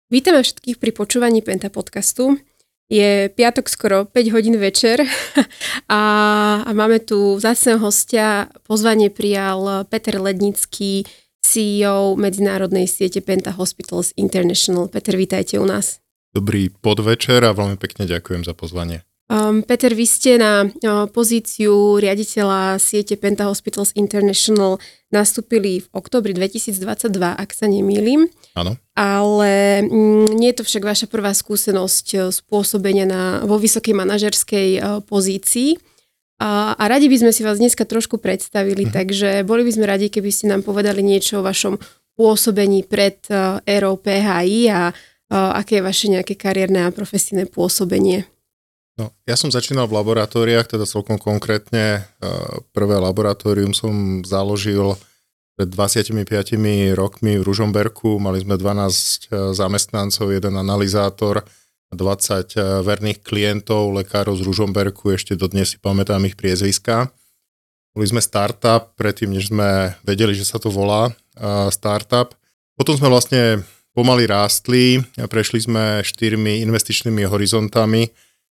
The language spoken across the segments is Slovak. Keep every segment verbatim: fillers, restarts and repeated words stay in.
Vítame všetkých pri počúvaní Penta podcastu. Je piatok skoro päť hodín večer a, a máme tu vzácneho hostia. Pozvanie prijal Peter Lednický, sí í ó medzinárodnej siete Penta Hospitals International. Peter, vítajte u nás. Dobrý podvečer a veľmi pekne ďakujem za pozvanie. Um, Peter, vy ste na uh, pozíciu riaditeľa siete Penta Hospitals International nastúpili v októbri dvetisícdvadsaťdva, ak sa nemýlim. Áno. Ale mm, nie je to však vaša prvá skúsenosť spôsobenia na, vo vysokej manažerskej uh, pozícii. A, a radi by sme si vás dneska trošku predstavili, mm. takže boli by sme radi, keby ste nám povedali niečo o vašom pôsobení pred uh, érou pé há í a uh, aké je vaše nejaké kariérne a profesijné pôsobenie. No, ja som začínal v laboratóriách, teda celkom konkrétne. Prvé laboratórium som založil pred dvadsaťpäť rokmi v Ružomberku. Mali sme dvanásť zamestnancov, jeden analyzátor, dvadsať verných klientov, lekárov z Ružomberku, ešte dodnes si pamätám ich priezviská. Boli sme startup, predtým, než sme vedeli, že sa to volá startup. Potom sme vlastne pomaly rástli, prešli sme štyrmi investičnými horizontami,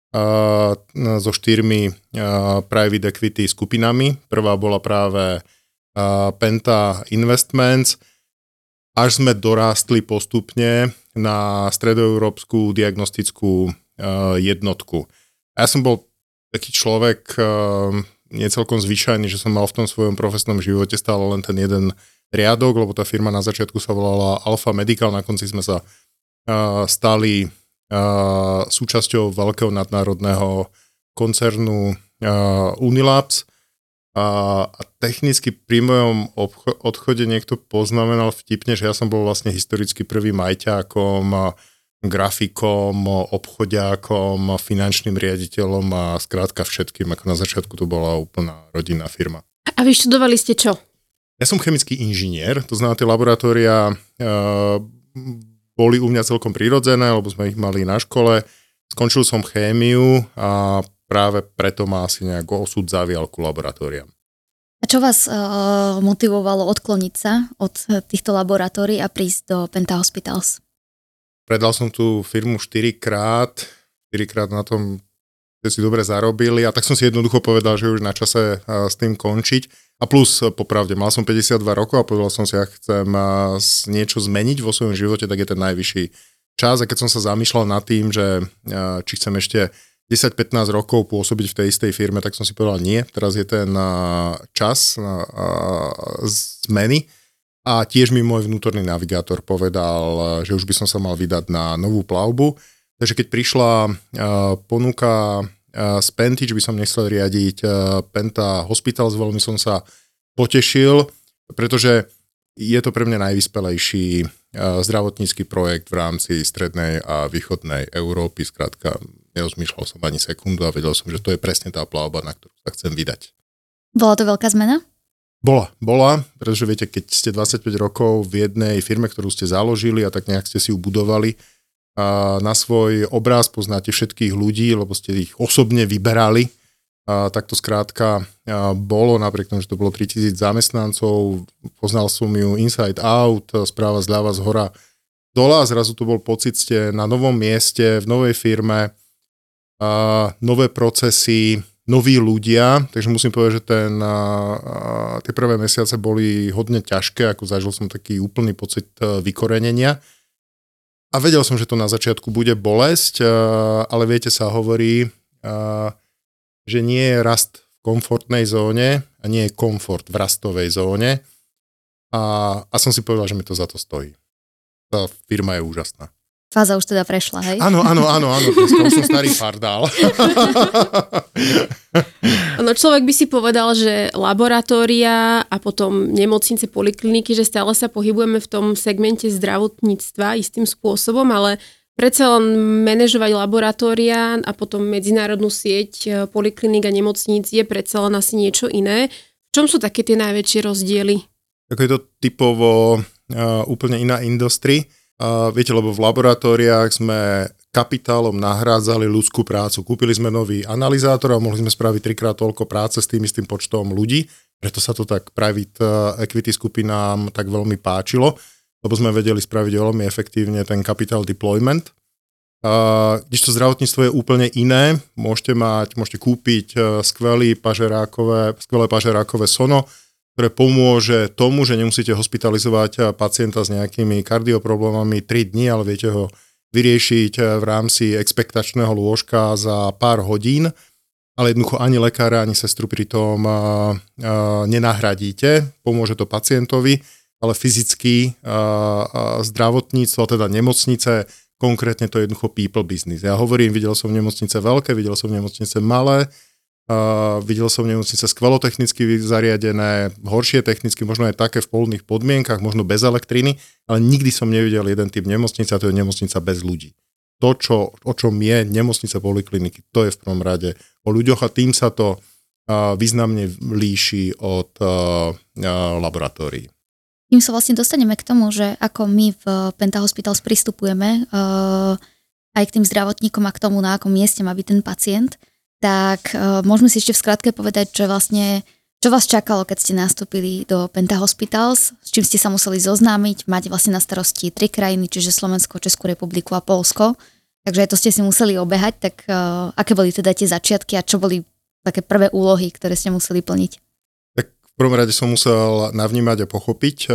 so štyrmi private equity skupinami. Prvá bola práve Penta Investments, až sme dorástli postupne na stredoeurópsku diagnostickú jednotku. Ja som bol taký človek necelkom zvyčajný, že som mal v tom svojom profesnom živote stále len ten jeden riadok, lebo tá firma na začiatku sa volala Alpha Medical, na konci sme sa stali Uh, súčasťou veľkého nadnárodného koncernu uh, Unilabs uh, a technicky pri mojom obcho- odchode niekto poznamenal vtipne, že ja som bol vlastne historicky prvým ajťákom, uh, grafikom, obchodiákom, finančným riaditeľom a skrátka všetkým, ako na začiatku to bola úplná rodinná firma. A vy študovali ste čo? Ja som chemický inžinier, to znamená tie laboratória uh, boli u mňa celkom prirodzené, lebo sme ich mali na škole. Skončil som chémiu a práve preto ma asi nejak osud zavial ku laboratóriám. A čo vás uh, motivovalo odkloniť sa od týchto laboratórií a prísť do Penta Hospitals? Predal som tú firmu štyrikrát, štyrikrát na tom, že si dobre zarobili a tak som si jednoducho povedal, že už na čase uh, s tým končiť. A plus, popravde, mal som päťdesiatdva rokov a povedal som si, ak chcem niečo zmeniť vo svojom živote, tak je ten najvyšší čas. A keď som sa zamýšľal nad tým, že či chcem ešte desať pätnásť rokov pôsobiť v tej istej firme, tak som si povedal nie, teraz je ten čas na zmeny. A tiež mi môj vnútorný navigátor povedal, že už by som sa mal vydať na novú plavbu. Takže keď prišla ponuka z Penty, že by som nechcel riadiť Penta Hospitals, veľmi som sa potešil, pretože je to pre mňa najvyspelejší zdravotnícky projekt v rámci strednej a východnej Európy. Skrátka, nerozmýšľal som ani sekundu a vedel som, že to je presne tá plavba, na ktorú sa chcem vydať. Bola to veľká zmena? Bola, bola, pretože viete, keď ste dvadsaťpäť rokov v jednej firme, ktorú ste založili a tak nejak ste si ju budovali, a na svoj obraz poznáte všetkých ľudí, lebo ste ich osobne vyberali. A tak to skrátka bolo, napriek tomu, že to bolo tritisíc zamestnancov, poznal som ju inside out, správa zľava, zhora, dola, zrazu to bol pocit, ste na novom mieste, v novej firme, a nové procesy, noví ľudia, takže musím povedať, že ten, a, tie prvé mesiace boli hodne ťažké, ako zažil som taký úplný pocit vykorenenia. A vedel som, že to na začiatku bude bolesť, ale viete, sa hovorí, že nie je rast v komfortnej zóne a nie je komfort v rastovej zóne. A, a som si povedal, že mi to za to stojí. Tá firma je úžasná. Fáza už teda prešla, hej? Áno, áno, áno, áno, dneska už som starý fardál. No človek by si povedal, že laboratória a potom nemocnice, polikliniky, že stále sa pohybujeme v tom segmente zdravotníctva istým spôsobom, ale predsa len manažovať laboratória a potom medzinárodnú sieť polikliník a nemocníc je predsa len asi niečo iné. V čom sú také tie najväčšie rozdiely? Ako je to typovo uh, úplne iná industria. Uh, viete, lebo v laboratóriách sme kapitálom nahrádzali ľudskú prácu. Kúpili sme nový analyzátor a mohli sme spraviť trikrát toľko práce s tým istým počtom ľudí. Preto sa to tak private equity skupinám tak veľmi páčilo. lebo sme vedeli spraviť veľmi efektívne ten capital deployment. Uh, kdežto zdravotníctvo je úplne iné. Môžete mať, môžete kúpiť uh, skvelý pažerákové, skvelé pažerákové sono, ktoré pomôže tomu, že nemusíte hospitalizovať pacienta s nejakými kardioproblémami tri dni, ale viete ho vyriešiť v rámci expektačného lôžka za pár hodín, ale jednoducho ani lekára, ani sestru pri tom uh, uh, nenahradíte. Pomôže to pacientovi, ale fyzicky uh, uh, zdravotníctvo, teda nemocnice, konkrétne to je jednoducho people business. Ja hovorím, videl som nemocnice veľké, videl som nemocnice malé, uh, videl som nemocnice skvelo technicky zariadené, horšie technicky, možno aj také v poľných podmienkach, možno bez elektriny, ale nikdy som nevidel jeden typ nemocnice, a to je nemocnica bez ľudí. To, čo, o čom je nemocnica polikliniky, to je v prvom rade o ľuďoch a tým sa to uh, významne líši od uh, uh, laboratórií. Tým sa vlastne dostaneme k tomu, že ako my v Penta Hospitals pristupujeme uh, aj k tým zdravotníkom a k tomu, na akom mieste má byť ten pacient, tak uh, môžeme si ešte v skratke povedať, že vlastne čo vás čakalo, keď ste nastúpili do Penta Hospitals, s čím ste sa museli zoznámiť, máte vlastne na starosti tri krajiny, čiže Slovensko, Českú republiku a Poľsko, takže to ste si museli obehať, tak uh, aké boli teda tie začiatky a čo boli také prvé úlohy, ktoré ste museli plniť? V prvom rade som musel navnímať a pochopiť uh,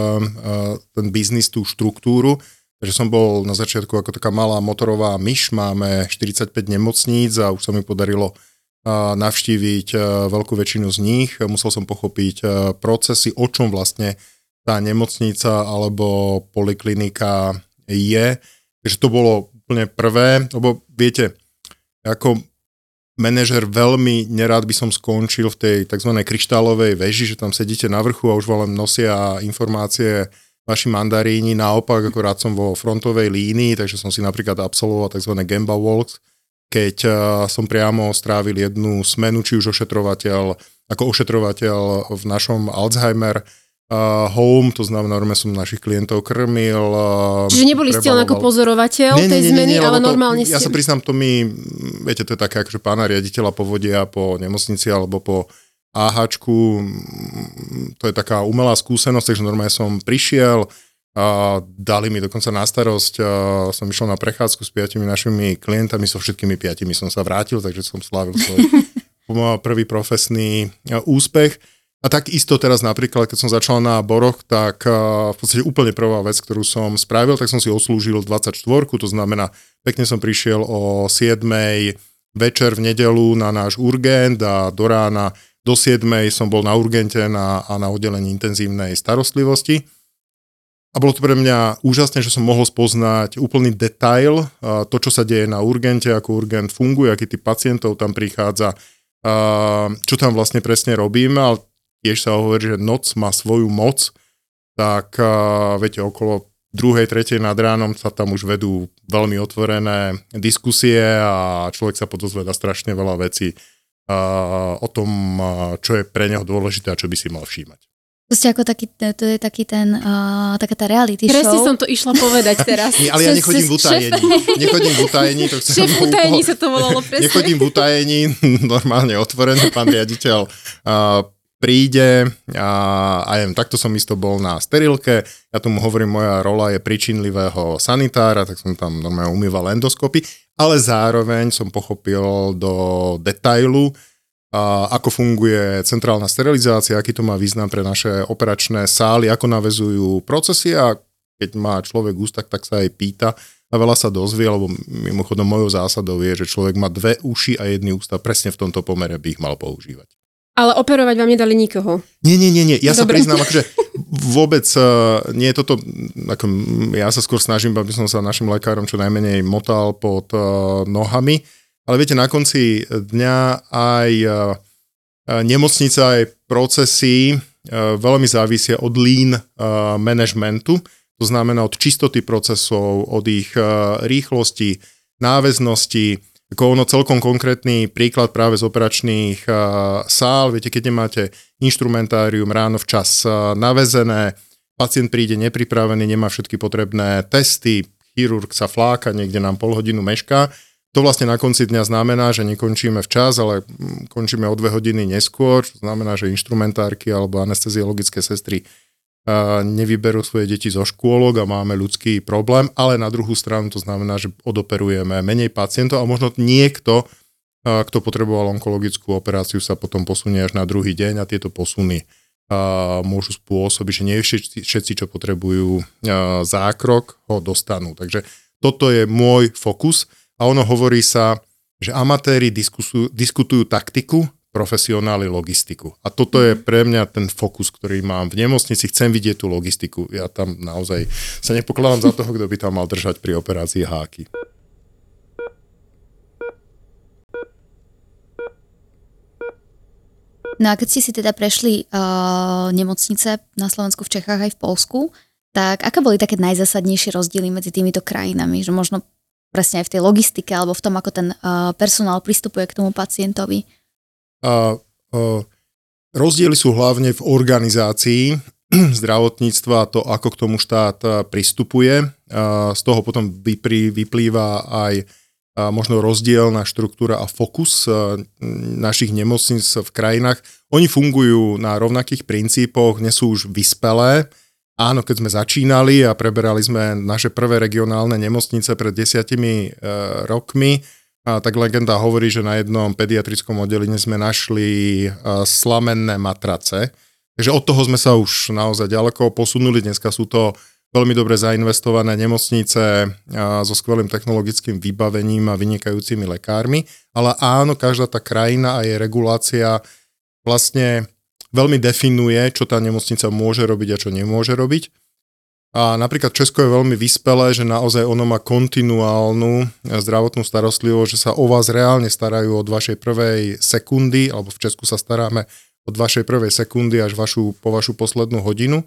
uh, ten biznis, tú štruktúru. Takže som bol na začiatku ako taká malá motorová myš, máme štyridsaťpäť nemocníc a už sa mi podarilo uh, navštíviť uh, veľkú väčšinu z nich. Musel som pochopiť uh, procesy, o čom vlastne tá nemocnica alebo poliklinika je. Takže to bolo úplne prvé, lebo viete, ako manažer veľmi nerád by som skončil v tej tzv. Kryštálovej veži, že tam sedíte na vrchu a už vám len nosia informácie vaši mandaríni. Naopak, ako rád som vo frontovej línii, takže som si napríklad absolvoval tzv. Gemba Walks, keď uh, som priamo strávil jednu smenu, či už ošetrovateľ, ako ošetrovateľ v našom Alzheimer Uh, home, to znamená, že som našich klientov krmil. Uh, Čiže neboli ste len ako pozorovateľ nie, tej nie, nie, zmeny, nie, ale to, normálne ste... Ja sa priznám, to mi, viete, to je také, akože pána riaditeľa povodia po nemocnici alebo po áhačku, to je taká umelá skúsenosť, takže normálne som prišiel a dali mi dokonca na starosť, a som išiel na prechádzku s piatimi našimi klientami, so všetkými piatimi som sa vrátil, takže som slávil svoj prvý profesný úspech. A tak isto teraz napríklad, keď som začal na Boroch, tak uh, v podstate úplne prvá vec, ktorú som spravil, tak som si odslúžil dvadsaťštyri, to znamená, pekne som prišiel o siedmej večer v nedeľu na náš urgent a do rána do siedmej som bol na urgente na, a na oddelení intenzívnej starostlivosti. A bolo to pre mňa úžasné, že som mohol spoznať úplný detail, uh, to, čo sa deje na urgente, ako urgent funguje, aký typ pacientov tam prichádza, uh, čo tam vlastne presne robíme, ale tiež sa hovorí, že noc má svoju moc, tak uh, viete, okolo druhej, tretej nad ránom sa tam už vedú veľmi otvorené diskusie a človek sa podozvedá strašne veľa vecí uh, o tom, uh, čo je pre neho dôležité a čo by si mal všímať. To ste ako taký, to je taký ten, uh, taká tá reality show. Presne som to išla povedať teraz. Nie, ale ja nechodím v utajení. Nechodím v utajení. To Šéf v utajení sa to volalo presne. Nechodím v utajení, normálne otvorené, pán riaditeľ uh, príde a, a neviem, takto som isto bol na sterilke, ja tomu hovorím, moja rola je príčinlivého sanitára, tak som tam normálne umýval endoskopy, ale zároveň som pochopil do detailu, a, ako funguje centrálna sterilizácia, aký to má význam pre naše operačné sály, ako navezujú procesy a keď má človek úst, tak, tak sa aj pýta a veľa sa dozvie, lebo mimochodom mojou zásadou je, že človek má dve uši a jedny ústa, presne v tomto pomere by ich mal používať. Ale operovať vám nedali nikoho. Nie, nie, nie, nie. Ja Dobre. sa priznám, akože vôbec uh, nie je toto, ako, ja sa skôr snažím, aby som sa našim lekárom čo najmenej motal pod uh, nohami, ale viete, na konci dňa aj uh, nemocnica, aj procesy uh, veľmi závisia od lean uh, managementu, to znamená od čistoty procesov, od ich uh, rýchlosti, náväznosti. Ako ono celkom konkrétny príklad práve z operačných uh, sál. Viete, keď nemáte inštrumentárium ráno včas uh, navezené, pacient príde nepripravený, nemá všetky potrebné testy, chirurg sa fláka, niekde nám pol hodinu mešká. To vlastne na konci dňa znamená, že nekončíme včas, ale končíme o dve hodiny neskôr, čo znamená, že inštrumentárky alebo anesteziologické sestry nevyberú svoje deti zo škôlok a máme ľudský problém, ale na druhú stranu to znamená, že odoperujeme menej pacientov a možno niekto, kto potreboval onkologickú operáciu, sa potom posunie až na druhý deň a tieto posuny môžu spôsobiť, že nie všetci, všetci čo potrebujú zákrok, ho dostanú. Takže toto je môj fokus a ono hovorí sa, že amatéri diskusujú, diskutujú taktiku, profesionáli logistiku. A toto je pre mňa ten fokus, ktorý mám v nemocnici. Chcem vidieť tú logistiku. Ja tam naozaj sa nepokladám za toho, kto by tam mal držať pri operácii háky. No a keď ste si teda prešli uh, nemocnice na Slovensku, v Čechách aj v Poľsku, tak aké boli také najzásadnejšie rozdiely medzi týmito krajinami? Že možno presne aj v tej logistike alebo v tom, ako ten uh, personál pristupuje k tomu pacientovi? A, a, rozdiely sú hlavne v organizácii zdravotníctva a to, ako k tomu štát pristupuje. A z toho potom vyplý, vyplýva aj a možno rozdielna štruktúra a fokus našich nemocníc v krajinách. Oni fungujú na rovnakých princípoch, nie sú už vyspelé. Áno, keď sme začínali a preberali sme naše prvé regionálne nemocnice pred desiatimi e, rokmi, a tak legenda hovorí, že na jednom pediatrickom oddelení sme našli uh, slamenné matrace. Takže od toho sme sa už naozaj ďaleko posunuli. Dneska sú to veľmi dobre zainvestované nemocnice uh, so skvelým technologickým vybavením a vynikajúcimi lekármi. Ale áno, každá tá krajina a jej regulácia vlastne veľmi definuje, čo tá nemocnica môže robiť a čo nemôže robiť. A napríklad Česko je veľmi vyspelé, že naozaj ono má kontinuálnu zdravotnú starostlivosť, že sa o vás reálne starajú od vašej prvej sekundy, alebo v Česku sa staráme od vašej prvej sekundy až vašu, po vašu poslednú hodinu.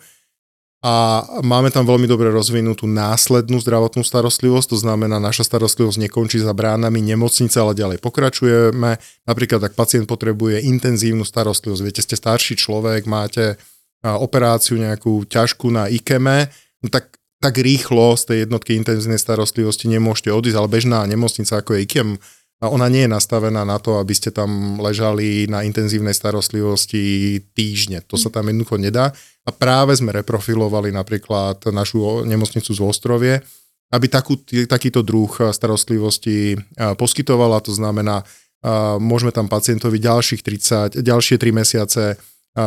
A máme tam veľmi dobre rozvinutú následnú zdravotnú starostlivosť, to znamená, naša starostlivosť nekončí za bránami nemocnice, ale ďalej pokračujeme. Napríklad, ak pacient potrebuje intenzívnu starostlivosť, viete, ste starší človek, máte operáciu nejakú ťažkú na ikeme, no tak, tak rýchlo z tej jednotky intenzívnej starostlivosti nemôžete odísť, ale bežná nemocnica ako je í ká em, ona nie je nastavená na to, aby ste tam ležali na intenzívnej starostlivosti týždne. To sa tam jednoducho nedá. A práve sme reprofilovali napríklad našu nemocnicu z Ostrovie, aby takú, takýto druh starostlivosti poskytovala. To znamená, môžeme tam pacientovi ďalších tridsať, ďalšie tri mesiace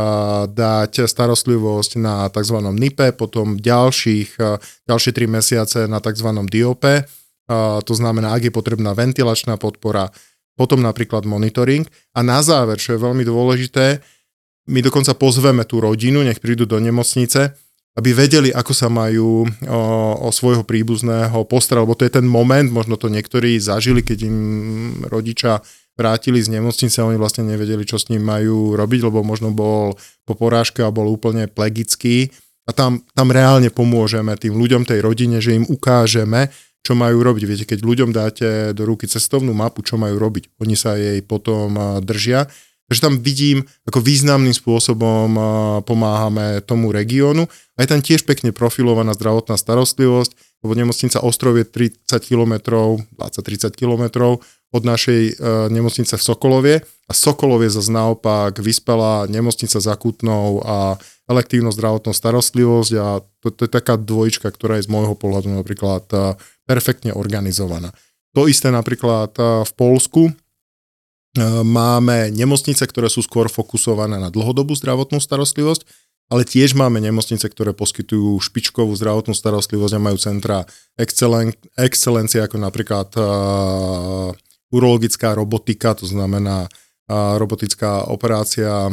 dať starostlivosť na tzv. en í pé, potom ďalších, ďalšie tri mesiace na tzv. dé ó pé, to znamená, ak je potrebná ventilačná podpora, potom napríklad monitoring. A na záver, čo je veľmi dôležité, my dokonca pozveme tú rodinu, nech prídu do nemocnice, aby vedeli, ako sa majú o, o svojho príbuzného postarať, lebo to je ten moment, možno to niektorí zažili, keď im rodičia vrátili z nemocnice a oni vlastne nevedeli, čo s ním majú robiť, lebo možno bol po porážke a bol úplne plegický. A tam, tam reálne pomôžeme tým ľuďom, tej rodine, že im ukážeme, čo majú robiť. Viete, keď ľuďom dáte do ruky cestovnú mapu, čo majú robiť, oni sa jej potom držia. Takže tam vidím, ako významným spôsobom pomáhame tomu regiónu. A je tam tiež pekne profilovaná zdravotná starostlivosť, lebo nemocnica Ostrov je tridsať kilometrov, dvadsať tridsať kilometrov od našej uh, nemocnice v Sokolovie a Sokolov je zase naopak vyspelá nemocnica s akútnou a elektívnou zdravotnou starostlivosť a to, to je taká dvojička, ktorá je z môjho pohľadu napríklad uh, perfektne organizovaná. To isté napríklad uh, v Poľsku uh, máme nemocnice, ktoré sú skôr fokusované na dlhodobú zdravotnú starostlivosť, ale tiež máme nemocnice, ktoré poskytujú špičkovú zdravotnú starostlivosť a majú centra excelen- excelencie, ako napríklad uh, urologická robotika, to znamená uh, robotická operácia uh,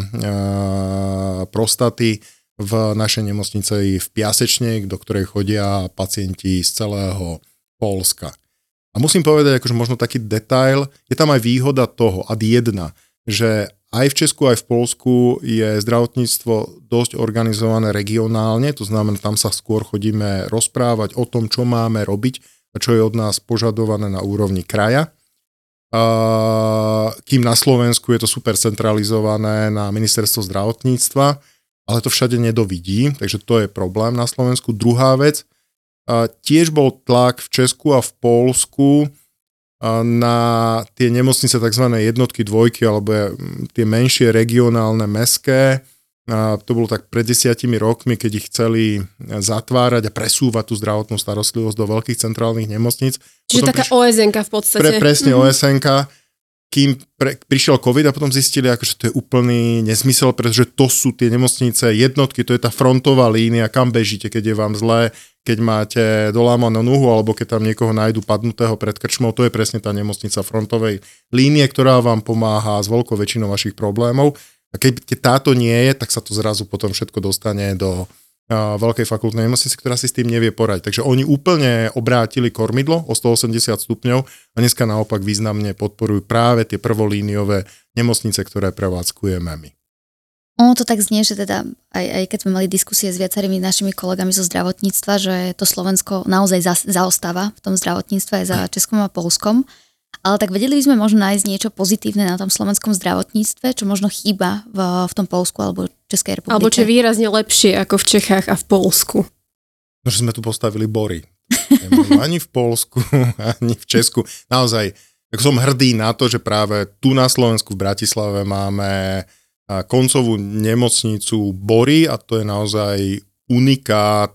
prostaty v našej nemocnici v Piasečnej, do ktorej chodia pacienti z celého Poľska. A musím povedať, akože možno taký detail, je tam aj výhoda toho, ad jedna, že aj v Česku, aj v Poľsku je zdravotníctvo dosť organizované regionálne, to znamená, tam sa skôr chodíme rozprávať o tom, čo máme robiť a čo je od nás požadované na úrovni kraja. Kým na Slovensku je to super centralizované na ministerstvo zdravotníctva, ale to všade nedovidí, takže to je problém na Slovensku. Druhá vec, tiež bol tlak v Česku a v Poľsku na tie nemocnice tzv. Jednotky, dvojky alebo tie menšie regionálne mestské A to bolo tak pred desiatimi rokmi, keď ich chceli zatvárať a presúvať tú zdravotnú starostlivosť do veľkých centrálnych nemocníc. Čiže potom taká priš... ó es enka v podstate. Pre, presne mm-hmm. ó es enka, kým pre, prišiel COVID a potom zistili, akože to je úplný nesmysel, pretože to sú tie nemocnice jednotky, to je tá frontová línia, kam bežíte, keď je vám zlé, keď máte dolámanú nohu, alebo keď tam niekoho nájdu padnutého pred krčmou, to je presne tá nemocnica frontovej línie, ktorá vám pomáha s veľkou väčšinou vašich problémov. A keď, keď táto nie je, tak sa to zrazu potom všetko dostane do uh, veľkej fakultnej nemocnice, ktorá si s tým nevie poradiť. Takže oni úplne obrátili kormidlo o stoosemdesiat stupňov a dneska naopak významne podporujú práve tie prvolíniové nemocnice, ktoré prevádzkujeme my. Ono to tak znie, že teda aj, aj keď sme mali diskusie s viacerými našimi kolegami zo zdravotníctva, že to Slovensko naozaj za, zaostáva v tom zdravotníctve aj za Českom a Poľskom. Ale tak vedeli by sme možno nájsť niečo pozitívne na tom slovenskom zdravotníctve, čo možno chýba v, v tom Poľsku alebo Českej republike. Alebo čo je výrazne lepšie ako v Čechách a v Poľsku. No, že sme tu postavili bory. Ani v Poľsku, ani v Česku. Naozaj, ako som hrdý na to, že práve tu na Slovensku v Bratislave máme koncovú nemocnicu Bory a to je naozaj unikát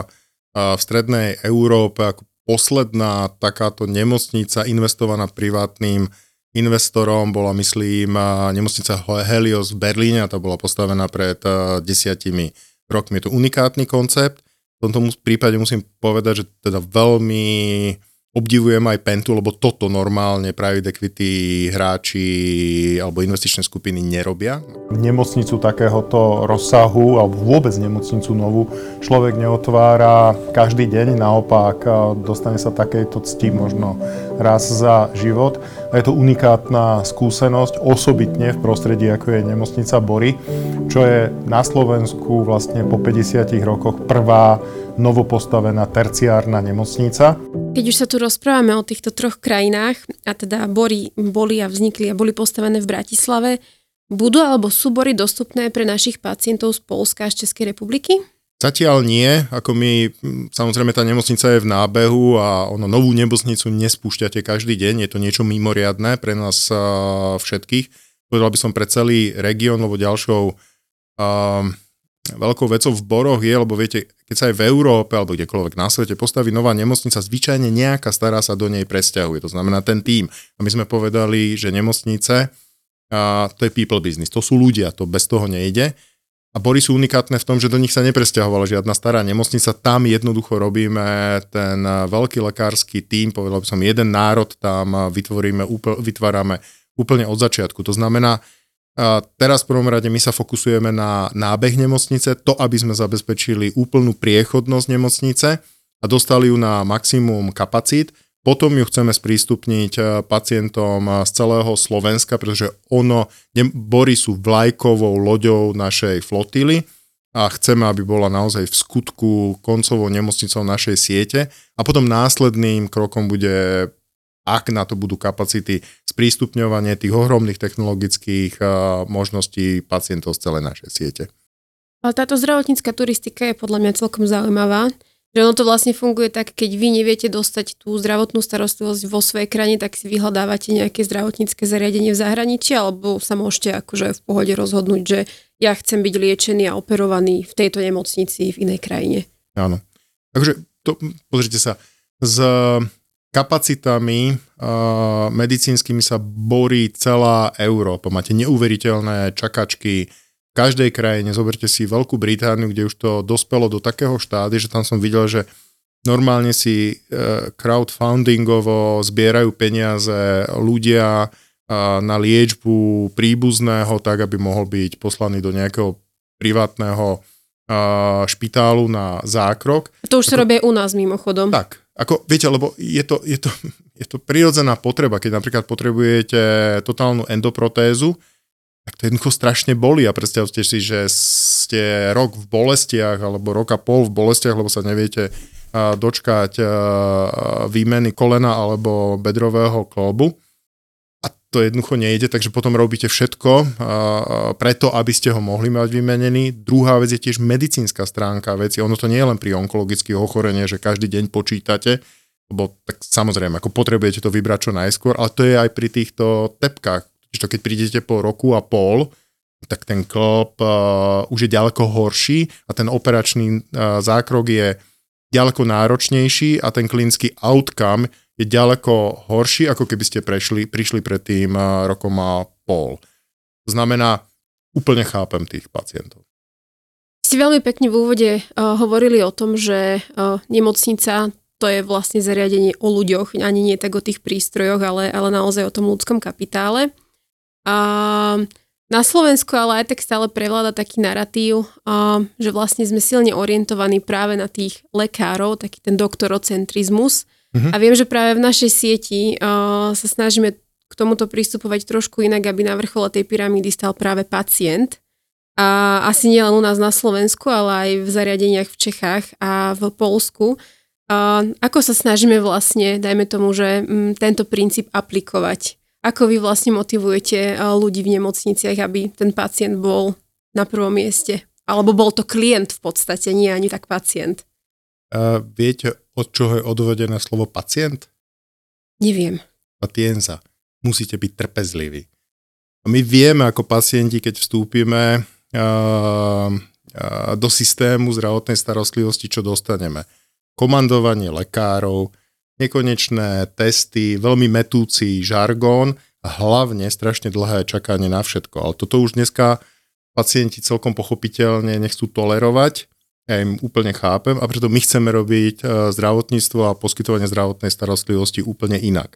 v strednej Európe ako posledná takáto nemocnica investovaná privátnym investorom bola, myslím, nemocnica Helios v Berlíne a tá bola postavená pred desiatimi rokmi. Je to unikátny koncept. V tomto prípade musím povedať, že teda veľmi obdivujem aj Pentu, lebo toto normálne private equity hráči alebo investičné skupiny nerobia. Nemocnicu takéhoto rozsahu alebo vôbec nemocnicu novú človek neotvára každý deň, naopak dostane sa takejto cti možno raz za život. A je to unikátna skúsenosť, osobitne v prostredí, ako je nemocnica Bory, čo je na Slovensku vlastne po päťdesiatich rokoch prvá novopostavená terciárna nemocnica. Keď už sa tu rozprávame o týchto troch krajinách, a teda Bory boli a vznikli a boli postavené v Bratislave, budú alebo sú Bory dostupné pre našich pacientov z Poľska a z Českej republiky? Zatiaľ nie, ako my, samozrejme tá nemocnica je v nábehu a ono novú nemocnicu nespúšťate každý deň, je to niečo mimoriadne pre nás uh, všetkých. Povedal by som pre celý región, lebo ďalšou uh, veľkou vecou v Boroch je, lebo viete, keď sa aj v Európe alebo kdekoľvek na svete postaví nová nemocnica, zvyčajne nejaká stará sa do nej presťahuje, to znamená ten tím. A my sme povedali, že nemocnice, uh, to je people business, to sú ľudia, to bez toho nejde. A Bory sú unikátne v tom, že do nich sa nepresťahovala žiadna stará nemocnica, tam jednoducho robíme ten veľký lekársky tím, povedal by som jeden národ, tam vytvoríme, vytvárame úplne od začiatku. To znamená, teraz v prvom rade my sa fokusujeme na nábeh nemocnice, to, aby sme zabezpečili úplnú priechodnosť nemocnice a dostali ju na maximum kapacít. Potom ju chceme sprístupniť pacientom z celého Slovenska, pretože ono, Bory sú vlajkovou loďou našej flotily a chceme, aby bola naozaj v skutku koncovou nemocnicou našej siete a potom následným krokom bude, ak na to budú kapacity, sprístupňovanie tých ohromných technologických možností pacientov z celej našej siete. Ale táto zdravotnícka turistika je podľa mňa celkom zaujímavá. Že ono to vlastne funguje tak, keď vy neviete dostať tú zdravotnú starostlivosť vo svojej krajine, tak si vyhľadávate nejaké zdravotnícke zariadenie v zahraničí, alebo sa môžete akože v pohode rozhodnúť, že ja chcem byť liečený a operovaný v tejto nemocnici v inej krajine. Áno. Takže to, pozrite sa, s kapacitami uh, medicínskymi sa borí celá Európa. Máte neuveriteľné čakačky v každej krajine. Zoberte si Veľkú Britániu, kde už to dospelo do takého štády, že tam som videl, že normálne si uh, crowdfundingovo zbierajú peniaze ľudia uh, na liečbu príbuzného, tak aby mohol byť poslaný do nejakého privátneho uh, špitálu na zákrok. A to už sa robí u nás mimochodom. Tak. Ako, viete, lebo je to, je, to, je to prirodzená potreba, keď napríklad potrebujete totálnu endoprotézu, tak to jednoducho strašne bolí a predstavte si, že ste rok v bolestiach alebo rok a pol v bolestiach, lebo sa neviete uh, dočkať uh, výmeny kolena alebo bedrového kĺbu a to jednoducho nejde, takže potom robíte všetko uh, preto, aby ste ho mohli mať vymenený. Druhá vec je tiež medicínska stránka veci. Ono to nie je len pri onkologických ochoreniach, že každý deň počítate, lebo tak samozrejme, ako potrebujete to vybrať čo najskôr, ale to je aj pri týchto tepkách. Keď prídete po roku a pol tak ten klop uh, už je ďaleko horší a ten operačný uh, zákrok je ďaleko náročnejší a ten klinický outcome je ďaleko horší, ako keby ste prešli, prišli pred tým uh, rokom a pol. To znamená, úplne chápem tých pacientov. Ste veľmi pekne v úvode uh, hovorili o tom, že uh, nemocnica to je vlastne zariadenie o ľuďoch, ani nie tak o tých prístrojoch, ale, ale naozaj o tom ľudskom kapitále. A na Slovensku ale aj tak stále prevláda taký narratív, a, že vlastne sme silne orientovaní práve na tých lekárov, taký ten doktorocentrizmus. Mhm. A viem, že práve v našej sieti a, sa snažíme k tomuto pristupovať trošku inak, aby na vrchole tej pyramídy stal práve pacient. A asi nie len u nás na Slovensku, ale aj v zariadeniach v Čechách a v Poľsku. A ako sa snažíme vlastne, dajme tomu, že m, tento princíp aplikovať? Ako vy vlastne motivujete ľudí v nemocniciach, aby ten pacient bol na prvom mieste? Alebo bol to klient v podstate, nie ani tak pacient? Uh, viete, od čoho je odvodené slovo pacient? Neviem. Pacienza. Musíte byť trpezliví. A my vieme, ako pacienti, keď vstúpime uh, uh, do systému zdravotnej starostlivosti, čo dostaneme. Komandovanie lekárov, nekonečné testy, veľmi metúci žargón a hlavne strašne dlhé čakanie na všetko. Ale toto už dneska pacienti celkom pochopiteľne nechcú tolerovať. Ja im úplne chápem a preto my chceme robiť zdravotníctvo a poskytovanie zdravotnej starostlivosti úplne inak.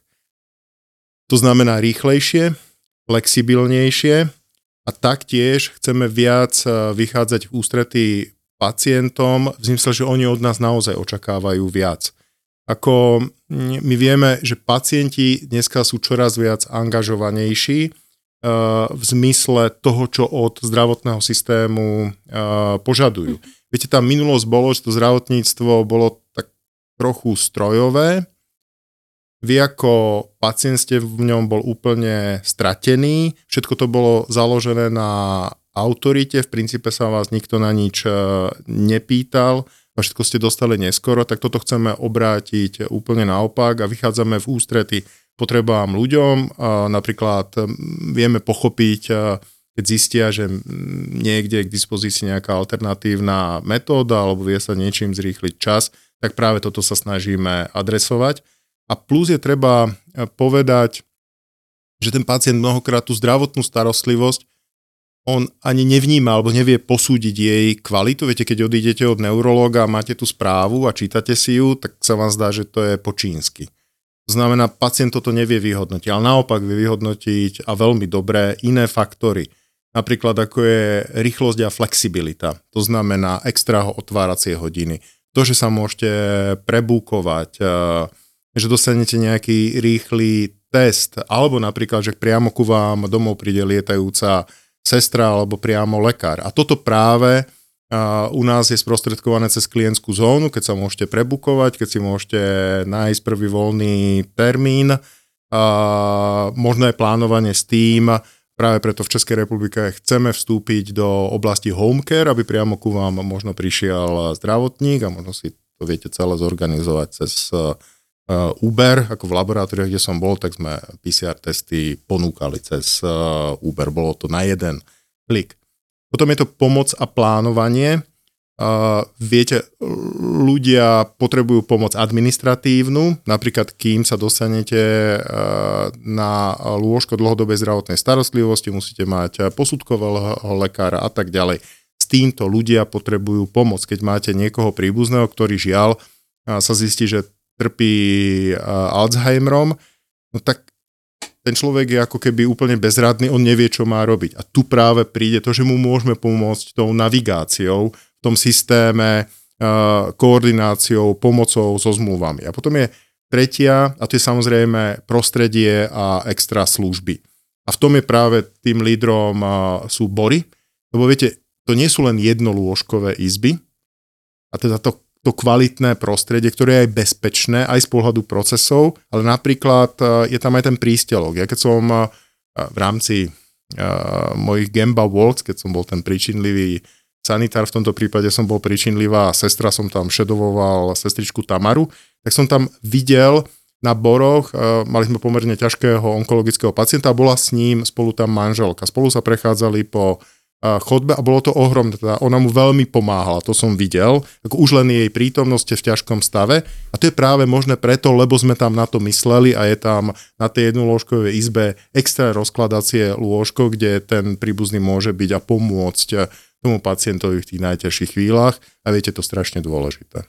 To znamená rýchlejšie, flexibilnejšie a taktiež chceme viac vychádzať v ústretí pacientom v zmysle, že oni od nás naozaj očakávajú viac. Ako my vieme, že pacienti dneska sú čoraz viac angažovanejší v zmysle toho, čo od zdravotného systému požadujú. Viete, tá minulosť bolo, že to zdravotníctvo bolo tak trochu strojové. Vy ako pacient ste v ňom bol úplne stratený. Všetko to bolo založené na autorite, v princípe sa vás nikto na nič nepýtal a všetko ste dostali neskoro, tak toto chceme obrátiť úplne naopak a vychádzame v ústrety potrebám ľuďom. Napríklad vieme pochopiť, keď zistia, že niekde je k dispozícii nejaká alternatívna metóda alebo vie sa niečím zrýchliť čas, tak práve toto sa snažíme adresovať. A plus je treba povedať, že ten pacient mnohokrát tú zdravotnú starostlivosť on ani nevníma alebo nevie posúdiť jej kvalitu. Viete, keď odídete od neurológa a máte tú správu a čítate si ju, tak sa vám zdá, že to je po čínsky. To znamená, pacient toto nevie vyhodnotiť, ale naopak vie vyhodnotiť a veľmi dobré iné faktory. Napríklad ako je rýchlosť a flexibilita. To znamená extra otváracie hodiny. To, že sa môžete prebúkovať, že dostanete nejaký rýchly test, alebo napríklad, že priamo ku vám domov príde lietajúca sestra alebo priamo lekár. A toto práve uh, u nás je sprostredkované cez klientskú zónu, keď sa môžete prebukovať, keď si môžete nájsť prvý voľný termín. Uh, možné plánovanie s tým, práve preto v Českej republike chceme vstúpiť do oblasti home care, aby priamo ku vám možno prišiel zdravotník a možno si to viete celé zorganizovať cez uh, Uh, Uber, ako v laboratóriách, kde som bol, tak sme pé cé er testy ponúkali cez uh, Uber. Bolo to na jeden klik. Potom je to pomoc a plánovanie. Uh, viete, ľudia potrebujú pomoc administratívnu, napríklad kým sa dostanete uh, na lôžko dlhodobej zdravotnej starostlivosti, musíte mať posudkového lekára a tak ďalej. S týmto ľudia potrebujú pomoc. Keď máte niekoho príbuzného, ktorý žiaľ uh, sa zistí, že trpí Alzheimerom, no tak ten človek je ako keby úplne bezradný, on nevie, čo má robiť. A tu práve príde to, že mu môžeme pomôcť tou navigáciou v tom systéme, koordináciou, pomocou so zmluvami. A potom je tretia, a to je samozrejme prostredie a extra služby. A v tom je práve tým lídrom sú bory, lebo viete, to nie sú len jednolôžkové izby, a teda to to kvalitné prostredie, ktoré je aj bezpečné, aj z pohľadu procesov, ale napríklad je tam aj ten prístelok. Ja keď som v rámci mojich Gamba Walks, keď som bol ten príčinlivý sanitár, v tomto prípade som bol príčinlivá sestra, som tam šedovoval sestričku Tamaru, tak som tam videl, na Boroch, mali sme pomerne ťažkého onkologického pacienta a bola s ním spolu tam manželka. Spolu sa prechádzali po chodbe a bolo to ohromné, teda ona mu veľmi pomáhala, to som videl, ako už len jej prítomnosť v ťažkom stave a to je práve možné preto, lebo sme tam na to mysleli a je tam na tej jednolôžkovej izbe extra rozkladacie lôžko, kde ten príbuzný môže byť a pomôcť tomu pacientovi v tých najťažších chvíľach a viete, to strašne dôležité.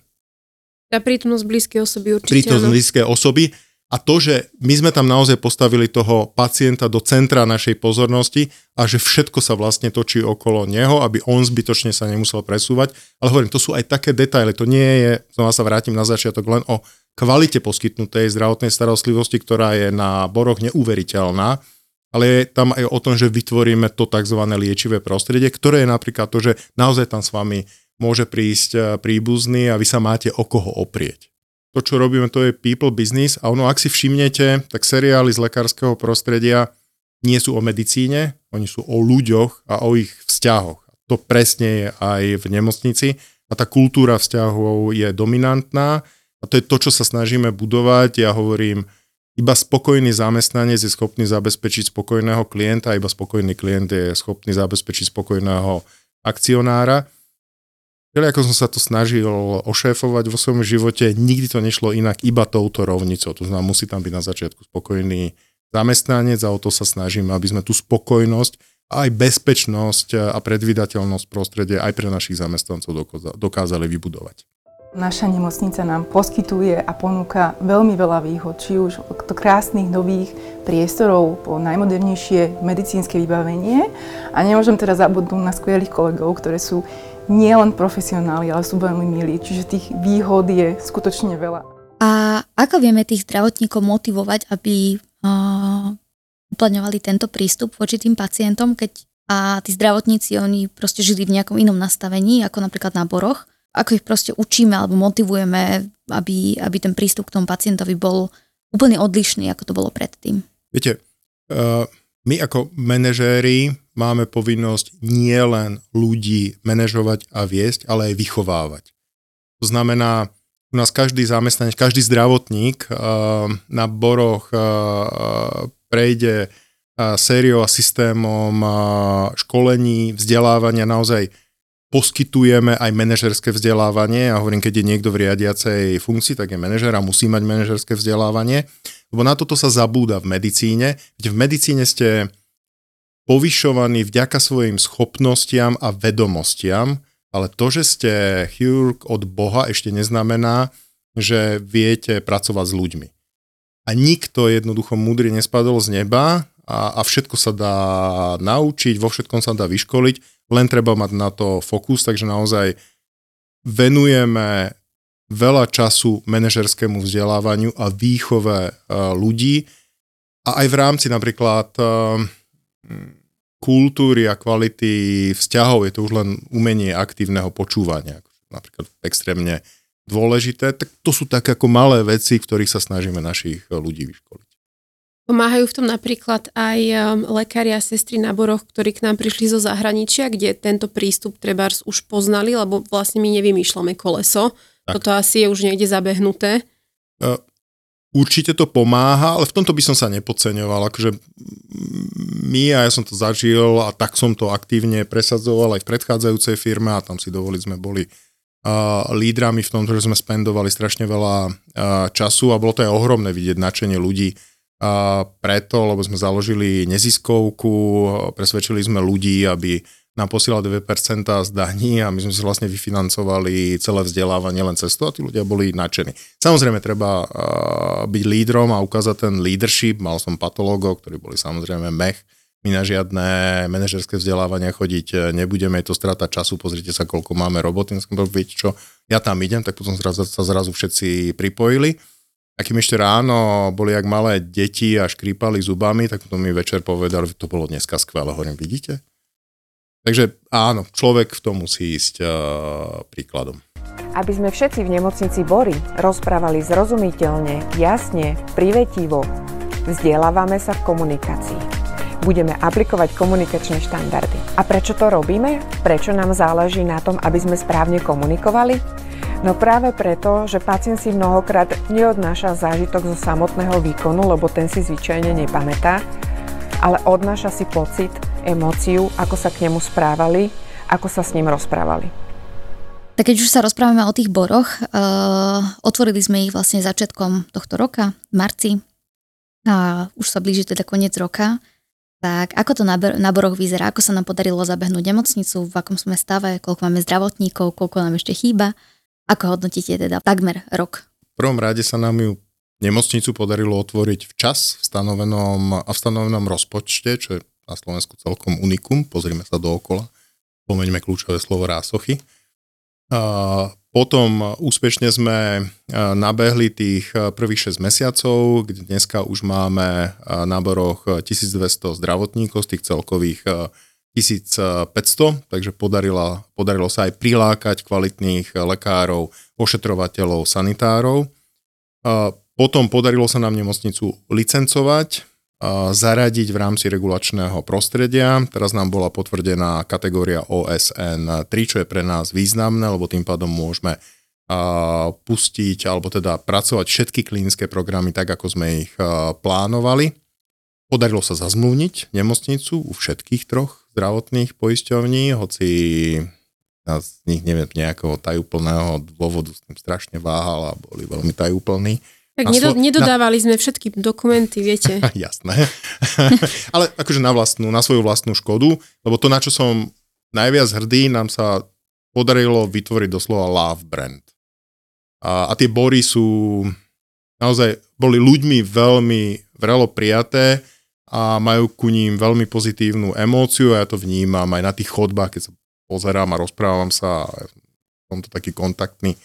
Tá prítomnosť blízkej osoby určite. Prítomnosť blízkej osoby. A to, že my sme tam naozaj postavili toho pacienta do centra našej pozornosti a že všetko sa vlastne točí okolo neho, aby on zbytočne sa nemusel presúvať. Ale hovorím, to sú aj také detaily. To nie je, znova sa vrátim na začiatok, len o kvalite poskytnutej zdravotnej starostlivosti, ktorá je na Boroch neuveriteľná, ale je tam aj o tom, že vytvoríme to tzv. Liečivé prostredie, ktoré je napríklad to, že naozaj tam s vami môže prísť príbuzný a vy sa máte o koho oprieť. To, čo robíme, to je people business a ono, ak si všimnete, tak seriály z lekárskeho prostredia nie sú o medicíne, oni sú o ľuďoch a o ich vzťahoch. To presne je aj v nemocnici a tá kultúra vzťahov je dominantná a to je to, čo sa snažíme budovať. Ja hovorím, iba spokojný zamestnanec je schopný zabezpečiť spokojného klienta, iba spokojný klient je schopný zabezpečiť spokojného akcionára. Ale ako som sa to snažil ošéfovať vo svojom živote, nikdy to nešlo inak iba touto rovnicou. To znamená, musí tam byť na začiatku spokojný zamestnanec a o to sa snažíme, aby sme tú spokojnosť a aj bezpečnosť a predvídateľnosť prostredia aj pre našich zamestnancov dokázali vybudovať. Naša nemocnica nám poskytuje a ponúka veľmi veľa výhod, či už od krásnych nových priestorov po najmodernejšie medicínske vybavenie a nemôžem teda zabudnúť na skvelých kolegov, ktoré sú nie len profesionáli, ale sú veľmi milí, čiže tých výhod je skutočne veľa. A ako vieme tých zdravotníkov motivovať, aby uh, uplatňovali tento prístup voči tým pacientom, keď a tí zdravotníci, oni proste žili v nejakom inom nastavení, ako napríklad na Boroch. Ako ich proste učíme alebo motivujeme, aby, aby ten prístup k tomu pacientovi bol úplne odlišný, ako to bolo predtým. Viete, uh, my ako manažéri máme povinnosť nie len ľudí manažovať a viesť, ale aj vychovávať. To znamená, u nás každý zamestnanec, každý zdravotník uh, na Boroch uh, prejde uh, sériou a systémom uh, školení, vzdelávania, naozaj poskytujeme aj manažerské vzdelávanie. Ja hovorím, keď je niekto v riadiacej funkcii, tak je manažer a musí mať manažerské vzdelávanie. Lebo na toto sa zabúda v medicíne. V medicíne ste povyšovaní vďaka svojim schopnostiam a vedomostiam, ale to, že ste chirurg od Boha, ešte neznamená, že viete pracovať s ľuďmi. A nikto jednoducho múdry nespadol z neba a, a všetko sa dá naučiť, vo všetkom sa dá vyškoliť, len treba mať na to fokus, takže naozaj venujeme veľa času manažerskému vzdelávaniu a výchove ľudí a aj v rámci napríklad kultúry a kvality vzťahov, je to už len umenie aktívneho počúvania, napríklad extrémne dôležité, tak to sú tak ako malé veci, v ktorých sa snažíme našich ľudí vyškoliť. Pomáhajú v tom napríklad aj lekári a sestry na Boroch, ktorí k nám prišli zo zahraničia, kde tento prístup trebárs už poznali, lebo vlastne my nevymýšľame koleso. Tak. Toto asi je už niekde zabehnuté. Určite to pomáha, ale v tomto by som sa nepodceňoval. Akože my, a ja som to zažil a tak som to aktívne presadzoval aj v predchádzajúcej firme a tam si dovolili sme boli uh, lídrami v tom, že sme spendovali strašne veľa uh, času a bolo to aj ohromné vidieť nadšenie ľudí uh, preto, lebo sme založili neziskovku, presvedčili sme ľudí, aby nám posielali dve percentá z daní a my sme si vlastne vyfinancovali celé vzdelávanie len cez to a tí ľudia boli nadšení. Samozrejme, treba uh, byť lídrom a ukázať ten leadership. Mal som patológov, ktorí boli samozrejme mech. My na žiadne manažerské vzdelávania chodiť nebudeme, je to strata času, pozrite sa, koľko máme roboty. Viete čo, ja tam idem, tak potom zrazu, sa zrazu všetci pripojili. A kým ešte ráno boli jak malé deti a škrípali zubami, tak potom mi večer povedali, že to bolo dneska skvelé. Hovorím, vidíte? Takže áno, človek v tom musí ísť uh, príkladom. Aby sme všetci v nemocnici Bory rozprávali zrozumiteľne, jasne, privetivo, vzdelávame sa v komunikácii. Budeme aplikovať komunikačné štandardy. A prečo to robíme? Prečo nám záleží na tom, aby sme správne komunikovali? No práve preto, že pacient si mnohokrát neodnáša zážitok zo samotného výkonu, lebo ten si zvyčajne nepamätá, ale odnáša si pocit, emóciu, ako sa k nemu správali, ako sa s ním rozprávali. Tak keď už sa rozprávame o tých boroch, uh, otvorili sme ich vlastne začiatkom tohto roka, v marci, a už sa blíži teda koniec roka. Tak ako to na, na boroch vyzerá? Ako sa nám podarilo zabehnúť nemocnicu? V akom sme stave? Koľko máme zdravotníkov? Koľko nám ešte chýba? Ako hodnotíte teda takmer rok? V prvom rade sa nám ju nemocnicu podarilo otvoriť včas v stanovenom, a v stanovenom rozpočte, čo je na Slovensku celkom unikum. Pozrime sa dookola. Pomeňme kľúčové slovo rásochy. A potom úspešne sme nabehli tých prvých šesť mesiacov, kde dneska už máme na boroch tisícdvesto zdravotníkov z tých celkových tisícpäťsto, takže podarilo, podarilo sa aj prilákať kvalitných lekárov, ošetrovateľov, sanitárov. Potom podarilo sa nám nemocnicu licencovať, zaradiť v rámci regulačného prostredia. Teraz nám bola potvrdená kategória O S N tri, čo je pre nás významné, lebo tým pádom môžeme pustiť alebo teda pracovať všetky klinické programy tak, ako sme ich plánovali. Podarilo sa zazmluvniť nemocnicu u všetkých troch zdravotných poisťovní, hoci z nich neviem nejakého tajúplného dôvodu s tým strašne váhal a boli veľmi tajúplní. Tak nedo, nedodávali na... sme všetky dokumenty, viete. Jasné. Ale akože na vlastnú, na svoju vlastnú škodu, lebo to, na čo som najviac hrdý, nám sa podarilo vytvoriť doslova love brand. A, a tie bory sú naozaj, boli ľuďmi veľmi vrelo prijaté a majú ku ním veľmi pozitívnu emóciu a ja to vnímam aj na tých chodbách, keď sa pozerám a rozprávam sa, som to taký kontaktný,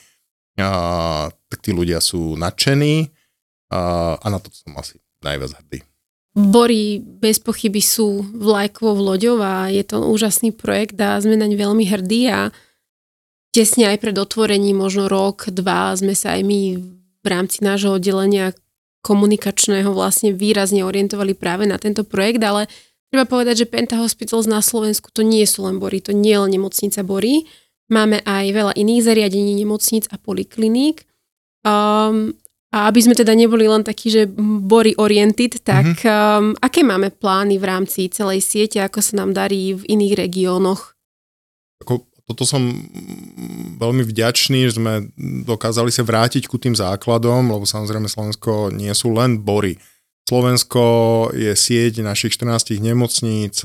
a, tak tí ľudia sú nadšení a, a na to som asi najviac hrdý. Bory bez pochyby sú vlajkovou loďou a je to úžasný projekt a sme naň veľmi hrdí a tesne aj pred otvorením, možno rok, dva, sme sa aj my v rámci nášho oddelenia komunikačného vlastne výrazne orientovali práve na tento projekt, ale treba povedať, že Penta Hospitals na Slovensku to nie sú len Bory, to nie je len nemocnica Bory. Máme aj veľa iných zariadení, nemocníc a polikliník. Um, a aby sme teda neboli len takí, že Bory oriented, tak mm-hmm. um, aké máme plány v rámci celej siete, ako sa nám darí v iných regiónoch? Ako, toto som veľmi vďačný, že sme dokázali sa vrátiť ku tým základom, lebo samozrejme Slovensko nie sú len Bory. Slovensko je sieť našich štrnásť nemocníc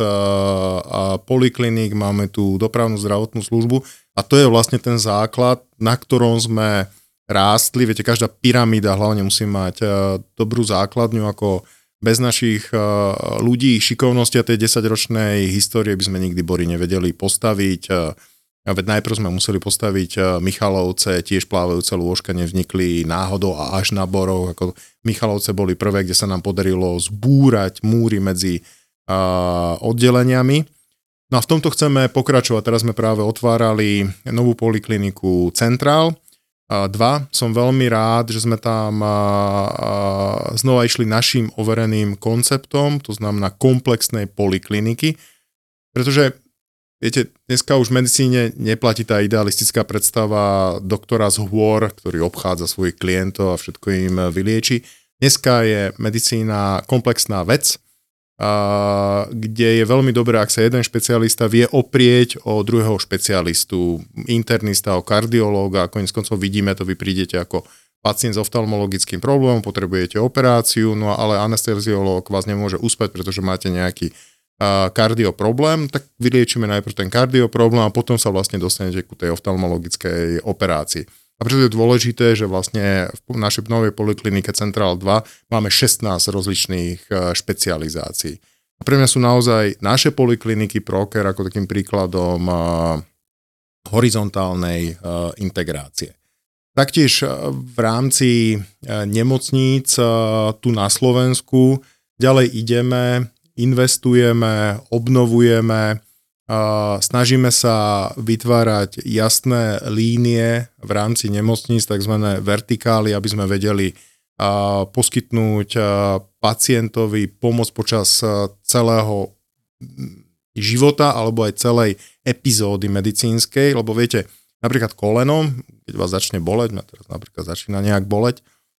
a polikliník, máme tu dopravnú zdravotnú službu a to je vlastne ten základ, na ktorom sme rástli. Viete, každá pyramída hlavne musí mať dobrú základňu, ako bez našich ľudí, šikovnosti a tej desaťročnej histórie by sme nikdy Bory nevedeli postaviť. A veď najprv sme museli postaviť Michalovce, tiež plávajúce lôžka nevznikli náhodou a až na Boroch. Ako Michalovce boli prvé, kde sa nám podarilo zbúrať múry medzi uh, oddeleniami. No a v tomto chceme pokračovať. Teraz sme práve otvárali novú polikliniku Centrál dva. Som veľmi rád, že sme tam uh, uh, znova išli našim overeným konceptom, to znamená komplexnej polikliniky, pretože viete, dneska už v medicíne neplatí tá idealistická predstava doktora z hôr, ktorý obchádza svojich klientov a všetko im vylieči. Dneska je medicína komplexná vec, kde je veľmi dobré, ak sa jeden špecialista vie oprieť o druhého špecialistu, internista, o kardiológa, a koniec koncov vidíme, to vy prídete ako pacient s oftalmologickým problémom, potrebujete operáciu, no ale anesteziológ vás nemôže uspať, pretože máte nejaký kardioproblém, tak vyliečíme najprv ten kardioproblém a potom sa vlastne dostanete ku tej oftalmologickej operácii. A preto je dôležité, že vlastne v našej novej poliklinike Centrál dva máme šestnásť rozličných špecializácií. A pre mňa sú naozaj naše polikliniky Proker ako takým príkladom horizontálnej integrácie. Taktiež v rámci nemocníc tu na Slovensku ďalej ideme, investujeme, obnovujeme, snažíme sa vytvárať jasné línie v rámci nemocníc, takzvané vertikály, aby sme vedeli poskytnúť pacientovi pomoc počas celého života alebo aj celej epizódy medicínskej, lebo viete, napríklad koleno, keď vás začne boleť, ma teraz napríklad začína nejak boleť,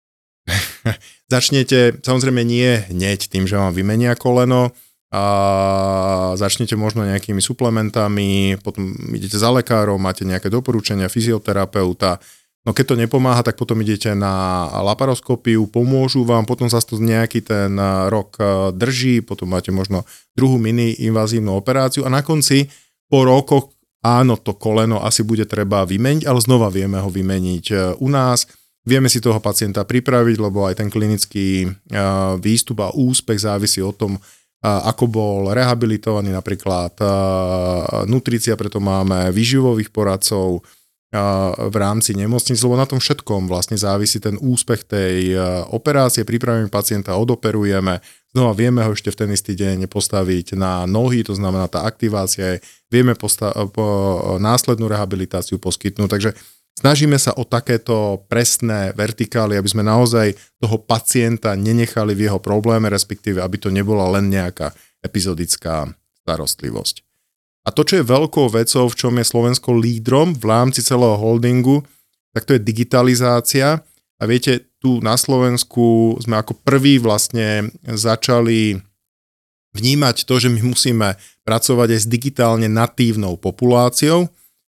začnete, samozrejme nie hneď tým, že vám vymenia koleno, a začnete možno nejakými suplementami, potom idete za lekárom, máte nejaké doporučenia, fyzioterapeuta. No keď to nepomáha, tak potom idete na laparoskopiu, pomôžu vám, potom sa to nejaký ten rok drží, potom máte možno druhú mini-invazívnu operáciu a na konci po rokoch áno, to koleno asi bude treba vymeniť, ale znova vieme ho vymeniť u nás. Vieme si toho pacienta pripraviť, lebo aj ten klinický výstup a úspech závisí od tom, ako bol rehabilitovaný, napríklad nutrícia, preto máme výživových poradcov v rámci nemocnic, lebo na tom všetkom vlastne závisí ten úspech tej operácie, pripravíme pacienta, odoperujeme, znova vieme ho ešte v ten istý deň postaviť na nohy, to znamená tá aktivácia, vieme posta- po následnú rehabilitáciu poskytnúť, takže snažíme sa o takéto presné vertikály, aby sme naozaj toho pacienta nenechali v jeho probléme, respektíve aby to nebola len nejaká epizodická starostlivosť. A to, čo je veľkou vecou, v čom je Slovensko lídrom v rámci celého holdingu, tak to je digitalizácia. A viete, tu na Slovensku sme ako prví vlastne začali vnímať to, že my musíme pracovať aj s digitálne natívnou populáciou,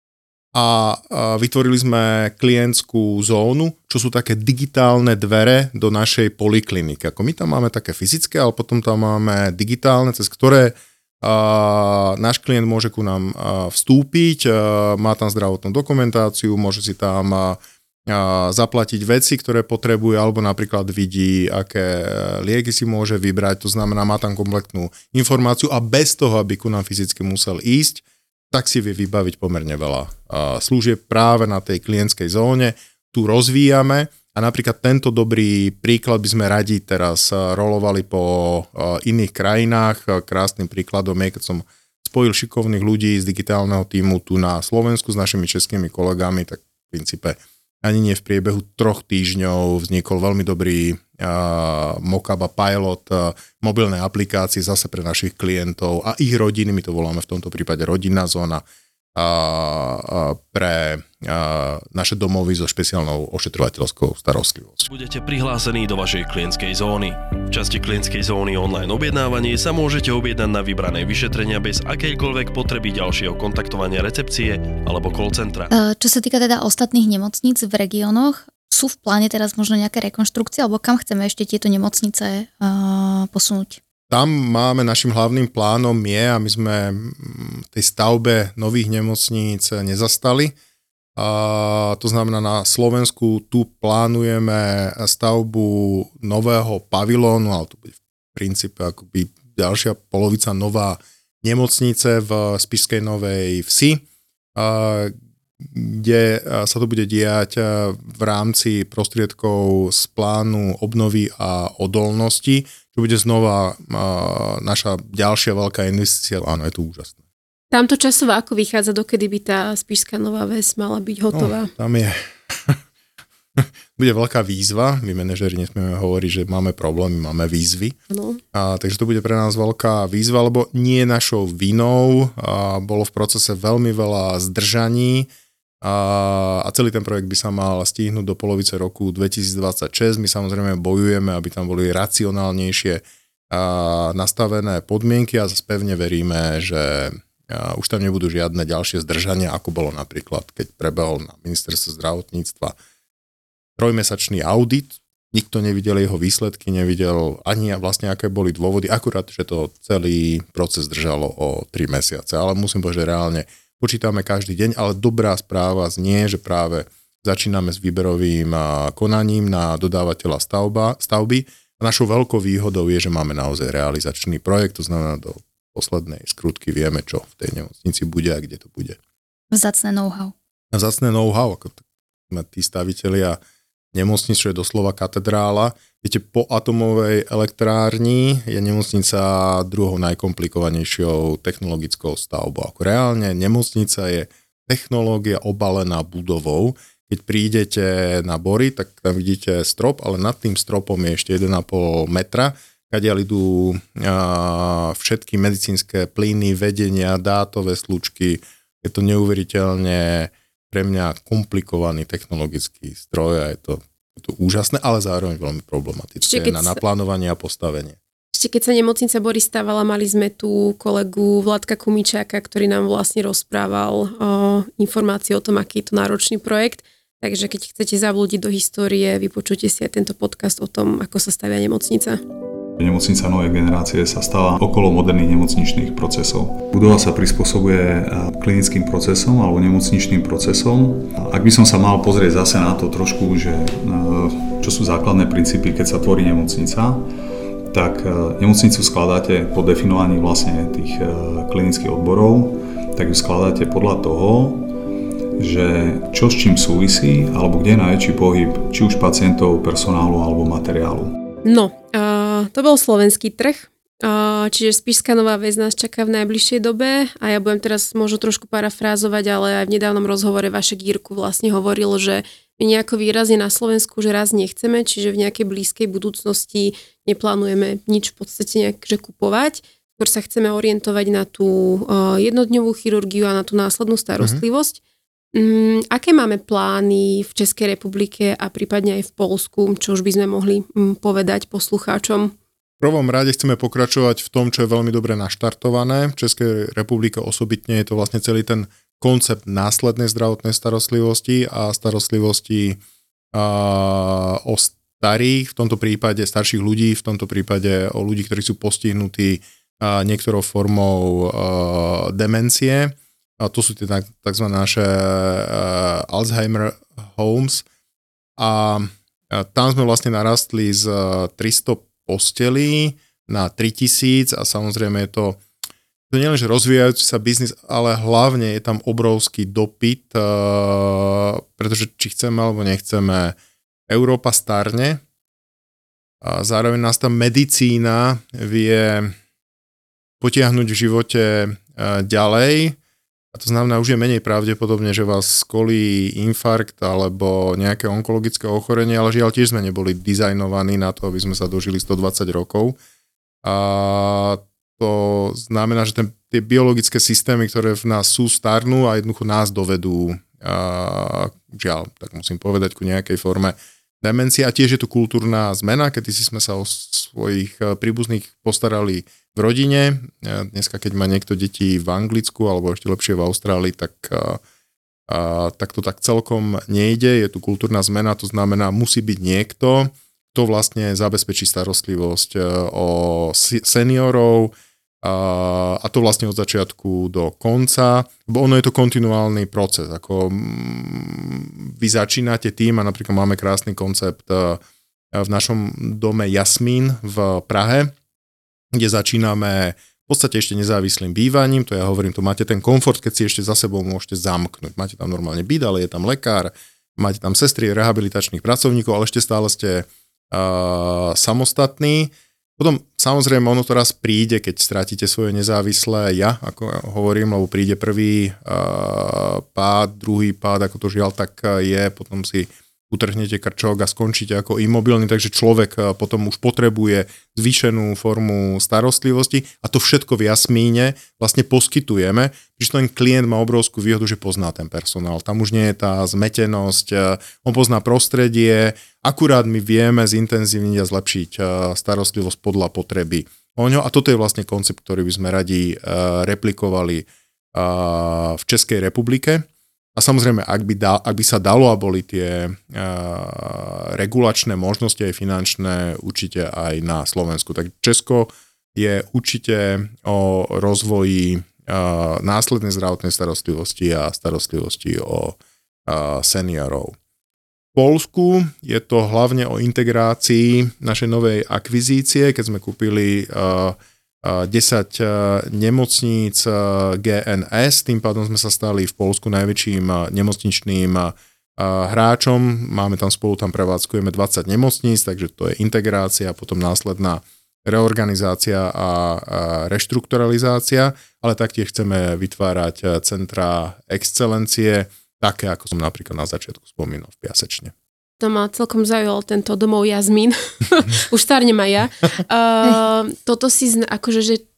a vytvorili sme klientskú zónu, čo sú také digitálne dvere do našej polikliniky. Ako my tam máme také fyzické, ale potom tam máme digitálne, cez ktoré uh, náš klient môže ku nám uh, vstúpiť, uh, má tam zdravotnú dokumentáciu, môže si tam uh, zaplatiť veci, ktoré potrebuje, alebo napríklad vidí, aké lieky si môže vybrať, to znamená, má tam kompletnú informáciu a bez toho, aby ku nám fyzicky musel ísť, tak si vie vybaviť pomerne veľa služieb práve na tej klientskej zóne. Tu rozvíjame a napríklad tento dobrý príklad by sme radi teraz rolovali po iných krajinách. Krásnym príkladom je, keď som spojil šikovných ľudí z digitálneho tímu tu na Slovensku s našimi českými kolegami, tak v princípe ani nie v priebehu troch týždňov vznikol veľmi dobrý uh, mock-up a pilot uh, mobilnej aplikácie zase pre našich klientov a ich rodiny, my to voláme v tomto prípade rodinná zóna, uh, uh, pre uh, naše domovy so špeciálnou ošetrovateľskou starostlivosťou. Budete prihlásení do vašej klientskej zóny. V časti klientskej zóny online objednávanie sa môžete objednať na vybrané vyšetrenia bez akejkoľvek potreby ďalšieho kontaktovania recepcie alebo call centra. Čo sa týka teda ostatných nemocníc v regiónoch, sú v pláne teraz možno nejaké rekonštrukcie, alebo kam chceme ešte tieto nemocnice uh, posunúť? Tam máme, našim hlavným plánom je, a my sme v tej stavbe nových nemocníc nezastali. A to znamená, na Slovensku tu plánujeme stavbu nového pavilónu, ale to bude v princípe akoby ďalšia polovica nová nemocnice v Spišskej Novej Vsi, kde sa to bude diať v rámci prostriedkov z plánu obnovy a odolnosti, čo bude znova naša ďalšia veľká investícia. Áno, je to úžasné. Tamto časovo ako vychádza, dokedy by tá Spišská Nová Ves mala byť hotová? No, tam je... bude veľká výzva. My manažeri nesmieme hovoriť, že máme problémy, máme výzvy. No. A, takže to bude pre nás veľká výzva, lebo nie je našou vinou. A bolo v procese veľmi veľa zdržaní a, a celý ten projekt by sa mal stihnúť do polovice roku dvetisícdvadsaťšesť. My samozrejme bojujeme, aby tam boli racionálnejšie a, nastavené podmienky a zase pevne veríme, že a už tam nebudú žiadne ďalšie zdržania, ako bolo napríklad, keď prebehol na ministerstve zdravotníctva trojmesačný audit, nikto nevidel jeho výsledky, nevidel ani vlastne, aké boli dôvody, akurát, že to celý proces držalo o tri mesiace. Ale musím povedať, že reálne počítame každý deň, ale dobrá správa znie, že práve začíname s výberovým konaním na dodávateľa stavba, stavby. A našou veľkou výhodou je, že máme naozaj realizačný projekt, to znamená do poslednej skrutky vieme, čo v tej nemocnici bude a kde to bude. Vzácne know-how. Vzácne know-how, ako sme tí stavitelia nemocnic, čo je doslova katedrála. Viete, po atomovej elektrárni je nemocnica druhou najkomplikovanejšou technologickou stavbou. Ako reálne nemocnica je technológia obalená budovou. Keď prídete na Bory, tak tam vidíte strop, ale nad tým stropom je ešte jeden a pol metra, kadiaľ idú uh, všetky medicínske plyny, vedenia, dátové slučky. Je to neuveriteľne pre mňa komplikovaný technologický stroj a je to, je to úžasné, ale zároveň veľmi problematické na naplánovanie a postavenie. Ešte keď sa nemocnica Boris stavala, mali sme tu kolegu Vladka Kumičáka, ktorý nám vlastne rozprával o, informácie o tom, aký je to náročný projekt. Takže keď chcete zablúdiť do histórie, vypočujte si aj tento podcast o tom, ako sa stavia nemocnica. Nemocnica novej generácie sa stala okolo moderných nemocničných procesov. Budova sa prispôsobuje klinickým procesom alebo nemocničným procesom. Ak by som sa mal pozrieť zase na to trošku, že čo sú základné princípy, keď sa tvorí nemocnica, tak nemocnicu skladáte po definovaní vlastne tých klinických odborov, tak ju skladáte podľa toho, že čo s čím súvisí, alebo kde je najväčší pohyb, či už pacientov, personálu alebo materiálu. No, uh, to bol slovenský trh, uh, čiže Spišská Nová Ves nás čaká v najbližšej dobe a ja budem teraz možno trošku parafrázovať, ale aj v nedávnom rozhovore Vašek Jirku vlastne hovoril, že my nejako výrazne na Slovensku, že raz nechceme, čiže v nejakej blízkej budúcnosti neplánujeme nič v podstate nejak že kupovať, skôr sa chceme orientovať na tú uh, jednodňovú chirurgiu a na tú následnú starostlivosť. Mm-hmm. Um, aké máme plány v Českej republike a prípadne aj v Poľsku, čo už by sme mohli um, povedať poslucháčom? V prvom rade chceme pokračovať v tom, čo je veľmi dobre naštartované. V Českej republike osobitne je to vlastne celý ten koncept následnej zdravotnej starostlivosti a starostlivosti a, o starých, v tomto prípade starších ľudí, v tomto prípade o ľudí, ktorí sú postihnutí a, niektorou formou a, demencie. A to sú tie tzv. Naše uh, Alzheimer homes a, a tam sme vlastne narastli z uh, tristo postelí na tritisíc a samozrejme je to, to nie len, že rozvíjajúci sa biznis, ale hlavne je tam obrovský dopyt, uh, pretože či chceme alebo nechceme, Európa starne a zároveň nás tá medicína vie potiahnuť v živote uh, ďalej. A to znamená, už je menej pravdepodobne, že vás skolí infarkt alebo nejaké onkologické ochorenie, ale žiaľ tiež sme neboli dizajnovaní na to, aby sme sa dožili stodvadsať rokov. A to znamená, že ten, tie biologické systémy, ktoré v nás sú, starnú a jednoducho nás dovedú, a, žiaľ, tak musím povedať, ku nejakej forme demencie. A tiež je tu kultúrna zmena, kedy si sme sa o svojich príbuzných postarali v rodine. Dneska, keď má niekto deti v Anglicku alebo ešte lepšie v Austrálii, tak, a, a, tak to tak celkom nejde. Je tu kultúrna zmena, to znamená, musí byť niekto, kto vlastne zabezpečí starostlivosť o seniorov a, a to vlastne od začiatku do konca, bo ono je to kontinuálny proces. Ako vy začínate tým a napríklad máme krásny koncept v našom dome Jasmín v Prahe, kde začíname v podstate ešte nezávislým bývaním, to ja hovorím, to máte ten komfort, keď si ešte za sebou môžete zamknúť. Máte tam normálne byt, ale je tam lekár, máte tam sestry, rehabilitačných pracovníkov, ale ešte stále ste uh, samostatní. Potom samozrejme ono to raz príde, keď strátite svoje nezávislé ja, ako hovorím, lebo príde prvý uh, pád, druhý pád, ako to žiaľ tak je, potom si utrhnete krčok a skončíte ako imobilný, takže človek potom už potrebuje zvýšenú formu starostlivosti a to všetko v Jasmíne vlastne poskytujeme, pretože ten klient má obrovskú výhodu, že pozná ten personál. Tam už nie je tá zmetenosť, on pozná prostredie, akurát my vieme zintenzívniť a zlepšiť starostlivosť podľa potreby oňho a toto je vlastne koncept, ktorý by sme radi replikovali v Českej republike. A samozrejme, ak by, da, ak by sa dalo a boli tie uh, regulačné možnosti aj finančné určite aj na Slovensku. Tak Česko je určite o rozvoji uh, následnej zdravotnej starostlivosti a starostlivosti o uh, seniorov. V Poľsku je to hlavne o integrácii našej novej akvizície, keď sme kúpili uh, desať nemocníc gé en es, tým pádom sme sa stali v Poľsku najväčším nemocničným hráčom, máme tam spolu, tam prevádzkujeme dvadsať nemocníc, takže to je integrácia, potom následná reorganizácia a reštrukturalizácia, ale taktiež chceme vytvárať centra excelencie, také ako som napríklad na začiatku spomínal v Piasečne. To ma celkom zaujal tento domov Jasmín. Už starnem aj ja. Uh, toto si, zna, akože, že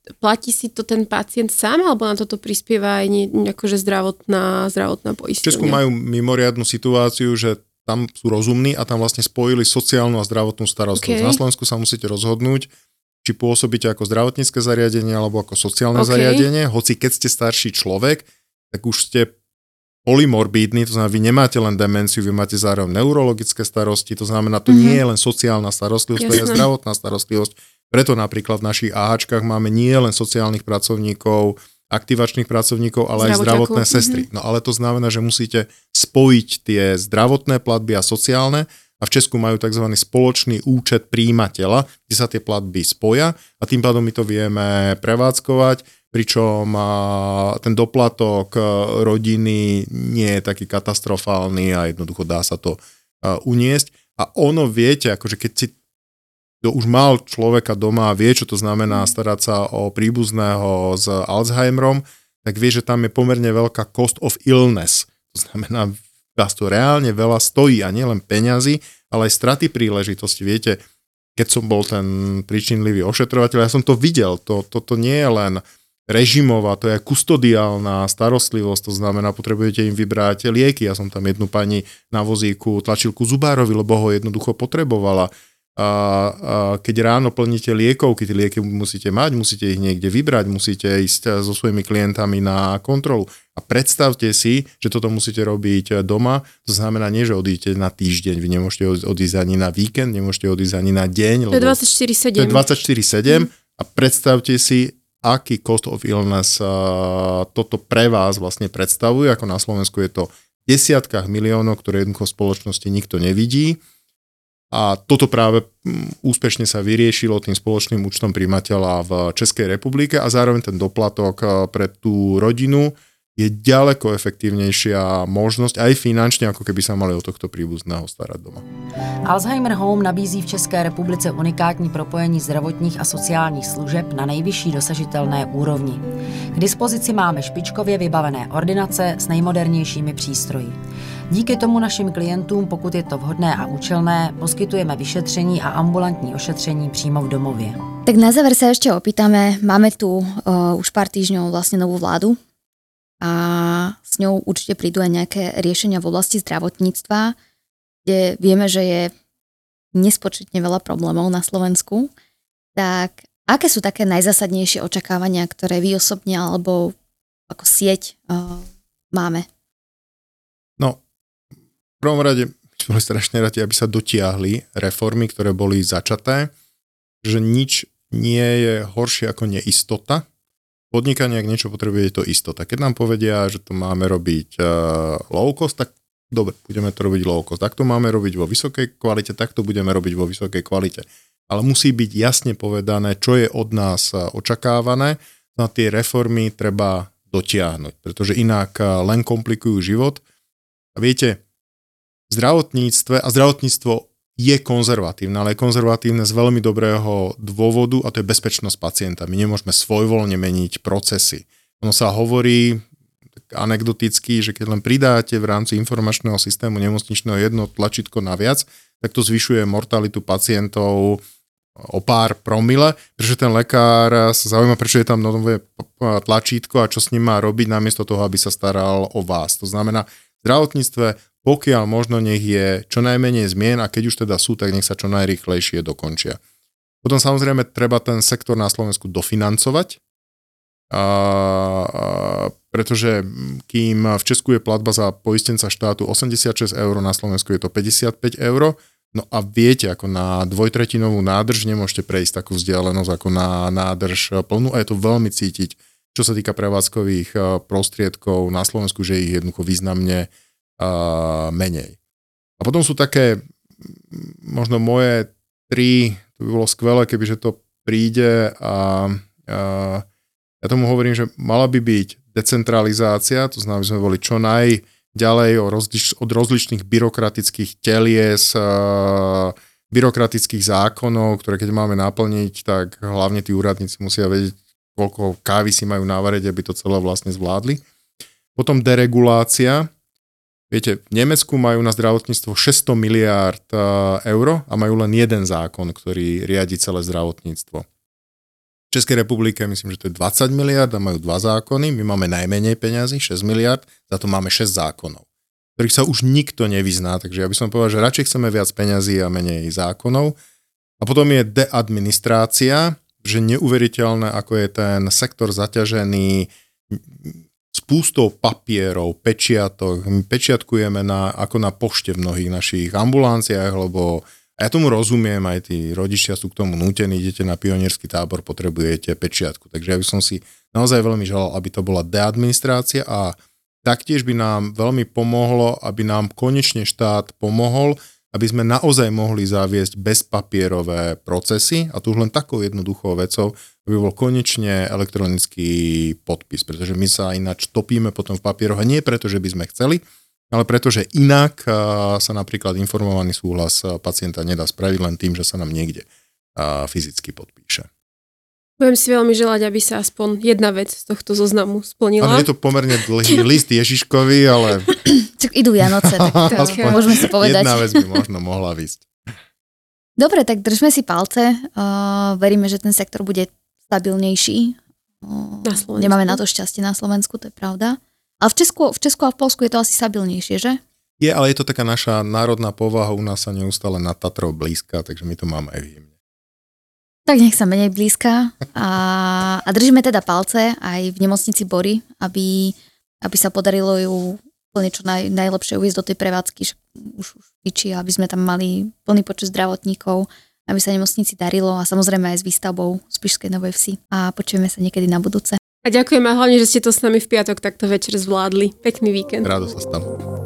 platí si to ten pacient sám, alebo na toto prispieva aj nie, akože zdravotná, zdravotná poisťovňa? V Česku majú mimoriadnu situáciu, že tam sú rozumní a tam vlastne spojili sociálnu a zdravotnú starostlivosť. Okay. Na Slovensku sa musíte rozhodnúť, či pôsobíte ako zdravotnícke zariadenie alebo ako sociálne Okay. zariadenie. Hoci keď ste starší človek, tak už ste polymorbídny, to znamená, vy nemáte len demenciu, vy máte zároveň neurologické starosti, to znamená, to mm-hmm. nie je len sociálna starostlivosť, to je zdravotná starostlivosť. Preto napríklad v našich áháčkach máme nie len sociálnych pracovníkov, aktivačných pracovníkov, ale aj zdravotné sestry. Mm-hmm. No ale to znamená, že musíte spojiť tie zdravotné platby a sociálne a v Česku majú tzv. Spoločný účet prijímateľa, kde sa tie platby spoja a tým pádom my to vieme prevádzkovať, pričom ten doplatok rodiny nie je taký katastrofálny a jednoducho dá sa to uniesť. A ono viete, akože keď si kto už mal človeka doma a vie, čo to znamená starať sa o príbuzného s Alzheimerom, tak vie, že tam je pomerne veľká cost of illness. To znamená, vás to reálne veľa stojí a nielen peňazí, ale aj straty príležitosti. Viete, keď som bol ten príčinlivý ošetrovateľ, ja som to videl. To, toto nie je len režimová, to je kustodiálna starostlivosť, to znamená, potrebujete im vybrať lieky. Ja som tam jednu pani na vozíku tlačil ku zubárovi, lebo ho jednoducho potrebovala. A, a keď ráno plníte liekovky, tie lieky musíte mať, musíte ich niekde vybrať, musíte ísť so svojimi klientami na kontrolu. A predstavte si, že toto musíte robiť doma, to znamená nie, že odídete na týždeň, vy nemôžete odísť ani na víkend, nemôžete odísť ani na deň. To je dvadsaťštyri sedem. To je dvadsaťštyri sedem mm. a predstavte si, aký cost of illness uh, toto pre vás vlastne predstavuje, ako na Slovensku je to v desiatkách miliónov, ktoré jednoducho v spoločnosti nikto nevidí. A toto práve úspešne sa vyriešilo tým spoločným účtom prijímateľa v Českej republike a zároveň ten doplatok pre tú rodinu je ďaleko efektívnejšia možnosť aj finančne, ako keby sa mali o tohto príbuzného starať doma. Alzheimer Home nabízí v České republice unikátní propojení zdravotních a sociálních služeb na nejvyšší dosažitelné úrovni. K dispozici máme špičkově vybavené ordinace s nejmodernějšími přístroji. Díky tomu našim klientům, pokud je to vhodné a účelné, poskytujeme vyšetření a ambulantní ošetření přímo v domově. Tak na záver sa ešte opýtame, máme tu uh, už pár týždňov vlastne novú vládu a s ňou určite prídu aj nejaké riešenia v oblasti zdravotníctva, kde vieme, že je nespočetne veľa problémov na Slovensku. Tak aké sú také najzásadnejšie očakávania, ktoré vy osobne alebo ako sieť uh, máme? No, v prvom rade boli strašne radi, aby sa dotiahli reformy, ktoré boli začaté, že nič nie je horšie ako neistota. Podnikanie, ak niečo potrebuje, je to istota. Keď nám povedia, že to máme robiť uh, low cost, tak dobre, budeme to robiť low cost. Tak to máme robiť vo vysokej kvalite, tak to budeme robiť vo vysokej kvalite. Ale musí byť jasne povedané, čo je od nás očakávané. Na tie reformy treba dotiahnuť, pretože inak len komplikujú život. A viete, v zdravotníctve, a zdravotníctvo je konzervatívne, ale je konzervatívne z veľmi dobrého dôvodu a to je bezpečnosť pacienta. My nemôžeme svojvoľne meniť procesy. Ono sa hovorí tak anekdoticky, že keď len pridáte v rámci informačného systému nemocničného jedno tlačítko naviac, tak to zvyšuje mortalitu pacientov o pár promile, pretože ten lekár sa zaujíma, prečo je tam nové tlačítko a čo s ním má robiť, namiesto toho, aby sa staral o vás. To znamená, v zdravotníctve pokiaľ možno nech je čo najmenej zmien a keď už teda sú, tak nech sa čo najrýchlejšie dokončia. Potom samozrejme treba ten sektor na Slovensku dofinancovať, a, a, pretože kým v Česku je platba za poistenca štátu osemdesiatšesť eur, na Slovensku je to päťdesiatpäť eur, no a viete, ako na dvojtretinovú nádrž nemôžete prejsť takú vzdialenosť ako na nádrž plnú a je to veľmi cítiť, čo sa týka prevádzkových prostriedkov na Slovensku, že ich jednoducho významne Uh, menej. A potom sú také možno moje tri, to by bolo skvelé, kebyže to príde a uh, ja tomu hovorím, že mala by byť decentralizácia, to znamená, že sme boli čo najďalej rozlič, od rozličných byrokratických telies, uh, byrokratických zákonov, ktoré keď máme naplniť, tak hlavne tí úradníci musia vedieť, koľko kávy si majú navariť, aby to celé vlastne zvládli. Potom deregulácia. Viete, v Nemecku majú na zdravotníctvo šesťsto miliárd eur a majú len jeden zákon, ktorý riadi celé zdravotníctvo. V Českej republike myslím, že to je dvadsať miliárd a majú dva zákony. My máme najmenej peňazí, šesť miliárd, za to máme šesť zákonov, ktorých sa už nikto nevyzná. Takže ja by som povedal, že radšej chceme viac peňazí a menej zákonov. A potom je deadministrácia, že neuveriteľné, ako je ten sektor zaťažený spústou papierov, pečiatok. My pečiatkujeme na, ako na pošte v mnohých našich ambulanciách, lebo a ja tomu rozumiem, aj tí rodičia sú k tomu nútení, idete na pionierský tábor, potrebujete pečiatku. Takže ja by som si naozaj veľmi želal, aby to bola deadministrácia a taktiež by nám veľmi pomohlo, aby nám konečne štát pomohol, aby sme naozaj mohli zaviesť bezpapierové procesy a tu už len takou jednoduchou vecou, aby bol konečne elektronický podpis, pretože my sa ináč topíme potom v papieroch a nie preto, že by sme chceli, ale pretože inak sa napríklad informovaný súhlas pacienta nedá spraviť len tým, že sa nám niekde fyzicky podpíše. Budem si veľmi želať, aby sa aspoň jedna vec z tohto zoznamu splnila. Ale je to pomerne dlhý list Ježiškovi, ale... Tak idú Vianoce, tak, tak môžeme si povedať. Jedna vec by možno mohla výsť. Dobre, tak držme si palce. Uh, veríme, že ten sektor bude stabilnejší. Uh, na Slovensku. Nemáme na to šťastie na Slovensku, to je pravda. Ale v Česku, v Česku a v Poľsku je to asi stabilnejšie, že? Je, ale je to taká naša národná povaha, u nás sa neustále nad Tatrou blízka, takže my to máme aj v hymne. Tak nech sa menej blízka a, a držíme teda palce aj v nemocnici Bory, aby, aby sa podarilo ju plne čo naj, najlepšie uviesť do tej prevádzky, že už, už fičí, aby sme tam mali plný počet zdravotníkov, aby sa nemocnici darilo a samozrejme aj s výstavbou Spišskej Novej Vsi. A počujeme sa niekedy na budúce. A ďakujem a hlavne, že ste to s nami v piatok takto večer zvládli. Pekný víkend. Rádo sa stalo.